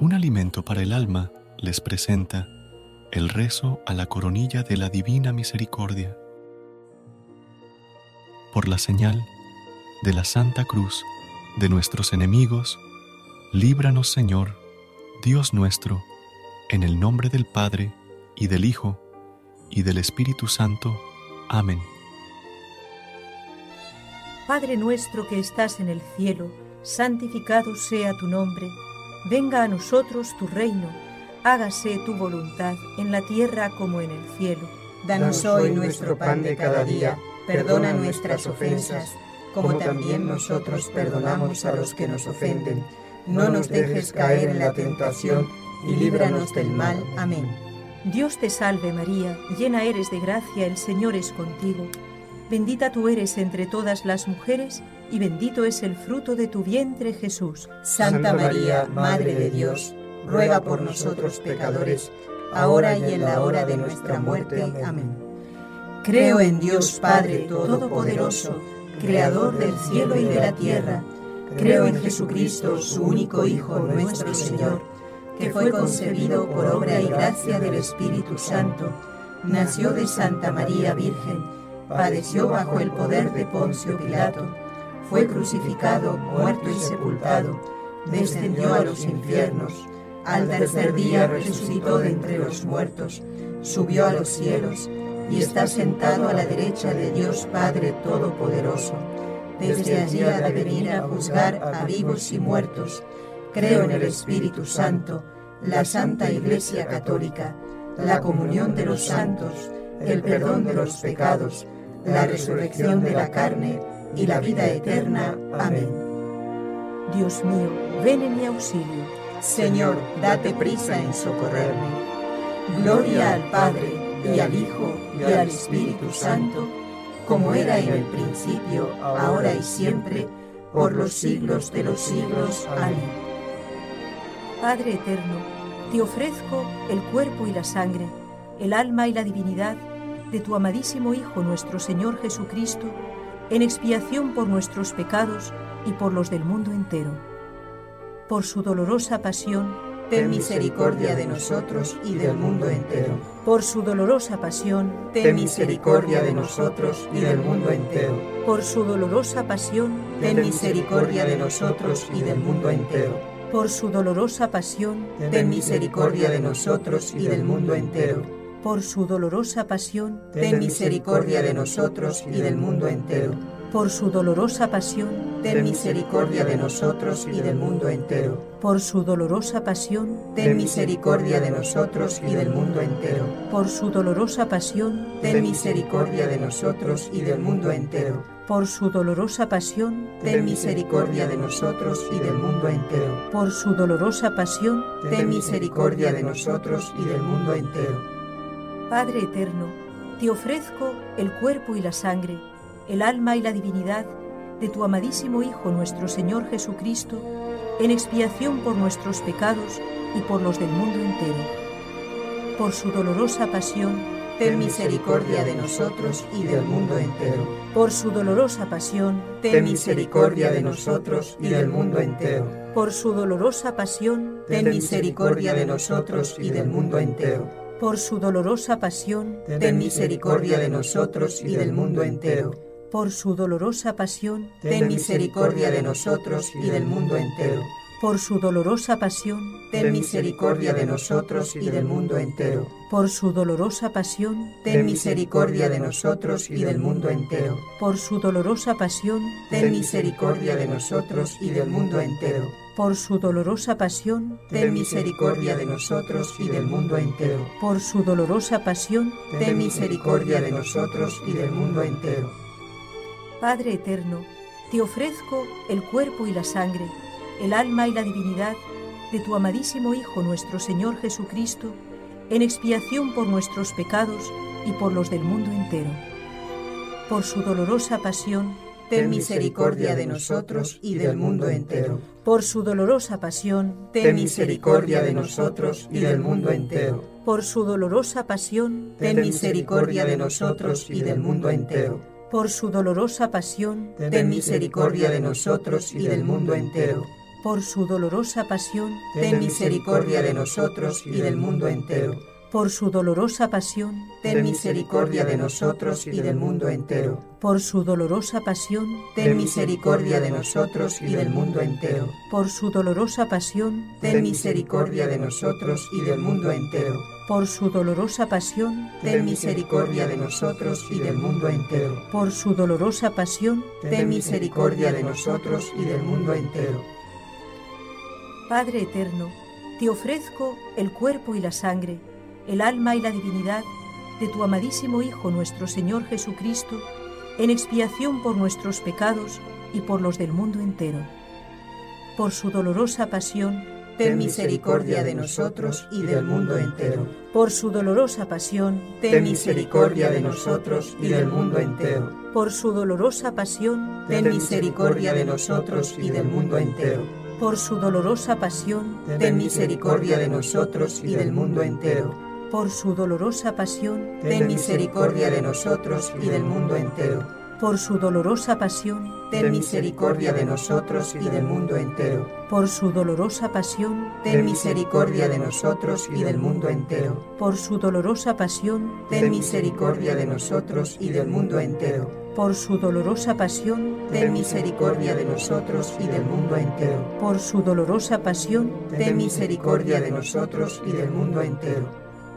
un alimento para el alma, les presenta el rezo a la coronilla de la Divina Misericordia. Por la señal de la Santa Cruz de nuestros enemigos, líbranos, Señor, Dios nuestro, en el nombre del Padre, y del Hijo, y del Espíritu Santo. Amén. Padre nuestro que estás en el cielo, santificado sea tu nombre. Venga a nosotros tu reino. Hágase tu voluntad en la tierra como en el cielo. Danos hoy nuestro pan de cada día. Perdona nuestras ofensas, como también nosotros perdonamos a los que nos ofenden. No nos dejes caer en la tentación y líbranos del mal. Amén. Dios te salve María, llena eres de gracia, el Señor es contigo. Bendita tú eres entre todas las mujeres, y bendito es el fruto de tu vientre, Jesús. Santa María, Madre de Dios, ruega por nosotros pecadores, ahora y en la hora de nuestra muerte. Amén. Creo en Dios Padre Todopoderoso, Creador del cielo y de la tierra. Creo en Jesucristo, su único Hijo, nuestro Señor, que fue concebido por obra y gracia del Espíritu Santo, nació de Santa María Virgen, padeció bajo el poder de Poncio Pilato, fue crucificado, muerto y sepultado, descendió a los infiernos, al tercer día resucitó de entre los muertos, subió a los cielos y está sentado a la derecha de Dios Padre Todopoderoso. Desde allí ha de venir a juzgar a vivos y muertos. Creo en el Espíritu Santo, la Santa Iglesia Católica, la comunión de los santos, el perdón de los pecados, la resurrección de la carne y la vida eterna. Amén. Dios mío, ven en mi auxilio. Señor, date prisa en socorrerme. Gloria al Padre, y al Hijo, y al Espíritu Santo, como era en el principio, ahora y siempre, por los siglos de los siglos. Amén. Padre eterno, te ofrezco el cuerpo y la sangre, el alma y la divinidad de tu amadísimo Hijo nuestro Señor Jesucristo, en expiación por nuestros pecados y por los del mundo entero. Por su dolorosa pasión, ten misericordia de nosotros y del mundo entero. Por su dolorosa pasión, ten misericordia de nosotros y del mundo entero. Por su dolorosa pasión, ten misericordia de nosotros y del mundo entero. Por su dolorosa pasión, ten misericordia de nosotros y del mundo entero. Por su dolorosa pasión, ten misericordia de nosotros y del mundo entero. Por su dolorosa pasión, ten misericordia de nosotros y del mundo entero. Por su dolorosa pasión, ten misericordia de nosotros y del mundo entero. Por su dolorosa pasión, ten misericordia de nosotros y del mundo entero. Por su dolorosa pasión, ten misericordia de nosotros y del mundo entero. Por su dolorosa pasión, ten misericordia de nosotros y del mundo entero. Padre eterno, te ofrezco el cuerpo y la sangre, el alma y la divinidad de tu amadísimo Hijo nuestro Señor Jesucristo, en expiación por nuestros pecados y por los del mundo entero. Por su dolorosa pasión, ten misericordia de nosotros y del mundo entero. Por su dolorosa pasión, ten misericordia de nosotros y del mundo entero. Por su dolorosa pasión, ten misericordia de nosotros y del mundo entero. Por su dolorosa pasión, ten misericordia de nosotros y del mundo entero. Por su dolorosa pasión, ten misericordia de nosotros y del mundo entero. Por su dolorosa pasión, ten misericordia de nosotros y del mundo entero. Por su dolorosa pasión, ten misericordia de nosotros y del mundo entero. Por su dolorosa pasión, ten misericordia de nosotros y del mundo entero. Por su dolorosa pasión, ten misericordia de nosotros y del mundo entero. Por su dolorosa pasión, ten misericordia de nosotros y del mundo entero. Padre eterno, te ofrezco el cuerpo y la sangre, el alma y la divinidad de tu amadísimo Hijo nuestro Señor Jesucristo, en expiación por nuestros pecados y por los del mundo entero. Por su dolorosa pasión, ten misericordia de nosotros y del mundo entero. Por su dolorosa pasión, ten misericordia de nosotros y del mundo entero. Por su dolorosa pasión, ten misericordia de nosotros y del mundo entero. Por su dolorosa pasión, ten misericordia de nosotros y del mundo entero. por su dolorosa pasión, ten misericordia de nosotros y del mundo entero. por su dolorosa pasión, Ten misericordia de nosotros y del mundo entero. por su dolorosa pasión, Ten misericordia de nosotros y del mundo entero. por su dolorosa pasión, Ten misericordia de nosotros y del mundo entero. por su dolorosa pasión, Ten misericordia de nosotros y del mundo entero. por su dolorosa pasión, Ten misericordia de nosotros y del mundo entero. Padre eterno, te ofrezco el cuerpo y la sangre, el alma y la divinidad de tu amadísimo Hijo nuestro Señor Jesucristo, en expiación por nuestros pecados y por los del mundo entero. Por su dolorosa pasión, Ten misericordia de nosotros y del mundo entero. por su dolorosa pasión, Ten misericordia de nosotros y del mundo entero. por su dolorosa pasión, Ten misericordia de nosotros y del mundo entero. por su dolorosa pasión, Ten misericordia de nosotros y del mundo entero. por su dolorosa pasión, Ten misericordia de nosotros y del mundo entero. por su dolorosa pasión, Ten misericordia de nosotros y del mundo entero. por su dolorosa pasión, Ten misericordia de nosotros y del mundo entero. por su dolorosa pasión, Ten misericordia de nosotros y del mundo entero. por su dolorosa pasión, Ten misericordia de nosotros y del mundo entero. por su dolorosa pasión, Ten misericordia de nosotros y del mundo entero.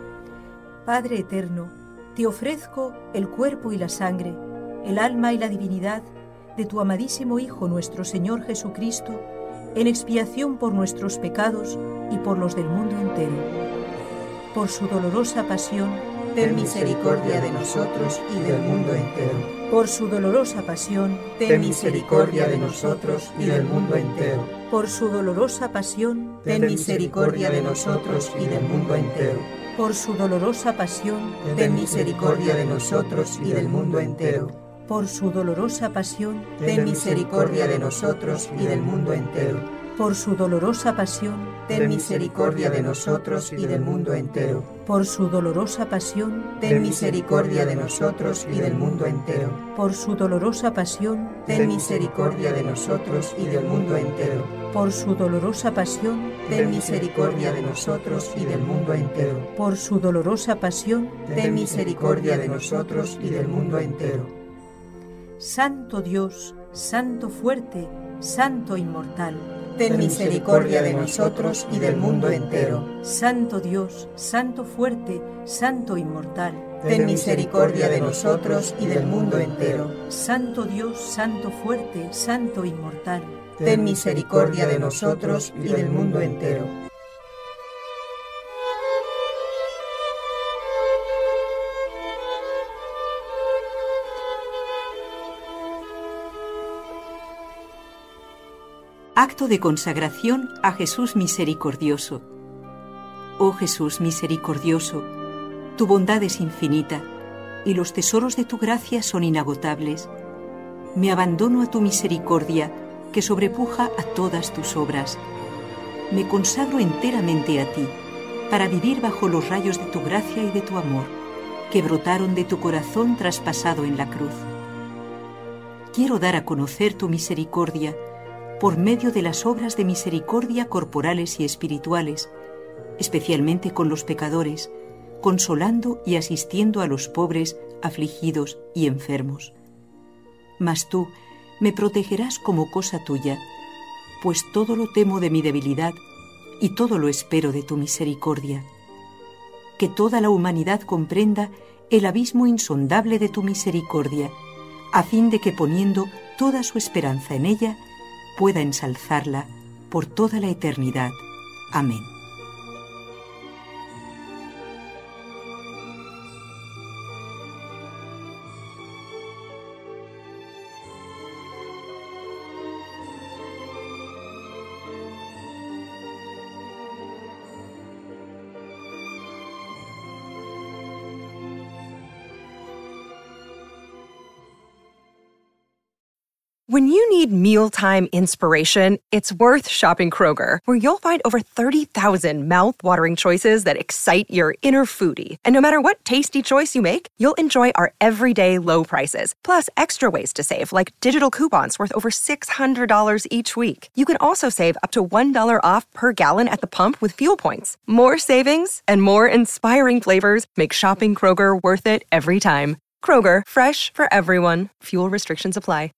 Padre eterno, te ofrezco el cuerpo y la sangre, el alma y la divinidad de tu amadísimo Hijo nuestro Señor Jesucristo, en expiación por nuestros pecados y por los del mundo entero. Por su dolorosa pasión, Ten misericordia de nosotros y del mundo entero. por su dolorosa pasión, Ten misericordia de nosotros y del mundo entero. por su dolorosa pasión, Ten misericordia de nosotros y del mundo entero. por su dolorosa pasión, Ten misericordia de nosotros y del mundo entero. por su dolorosa pasión, Ten misericordia de nosotros y del mundo entero. por su dolorosa pasión, Ten misericordia de nosotros y del mundo entero. por su dolorosa pasión, Ten misericordia de nosotros y del mundo entero. por su dolorosa pasión, Ten misericordia de nosotros y del mundo entero. por su dolorosa pasión, Ten misericordia de nosotros y del mundo entero. por su dolorosa pasión, Ten misericordia de nosotros y del mundo entero. Santo Dios, Santo fuerte, Santo inmortal, Ten misericordia de nosotros y del mundo entero. Santo Dios, Santo fuerte, Santo inmortal, Ten misericordia de nosotros y del mundo entero. Santo Dios, Santo fuerte, Santo inmortal, Ten misericordia de nosotros y del mundo entero. Acto de consagración a Jesús misericordioso. Oh Jesús misericordioso, tu bondad es infinita y los tesoros de tu gracia son inagotables. Me abandono a tu misericordia que sobrepuja a todas tus obras. Me consagro enteramente a ti para vivir bajo los rayos de tu gracia y de tu amor que brotaron de tu corazón traspasado en la cruz. Quiero dar a conocer tu misericordia por medio de las obras de misericordia corporales y espirituales, especialmente con los pecadores, consolando y asistiendo a los pobres, afligidos y enfermos. Mas tú me protegerás como cosa tuya, pues todo lo temo de mi debilidad y todo lo espero de tu misericordia. Que toda la humanidad comprenda el abismo insondable de tu misericordia, a fin de que poniendo toda su esperanza en ella, pueda ensalzarla por toda la eternidad. Amén. When you need mealtime inspiration, it's worth shopping Kroger, where you'll find over 30,000 mouth-watering choices that excite your inner foodie. And no matter what tasty choice you make, you'll enjoy our everyday low prices, plus extra ways to save, like digital coupons worth over $600 each week. You can also save up to $1 off per gallon at the pump with fuel points. More savings and more inspiring flavors make shopping Kroger worth it every time. Kroger, fresh for everyone. Fuel restrictions apply.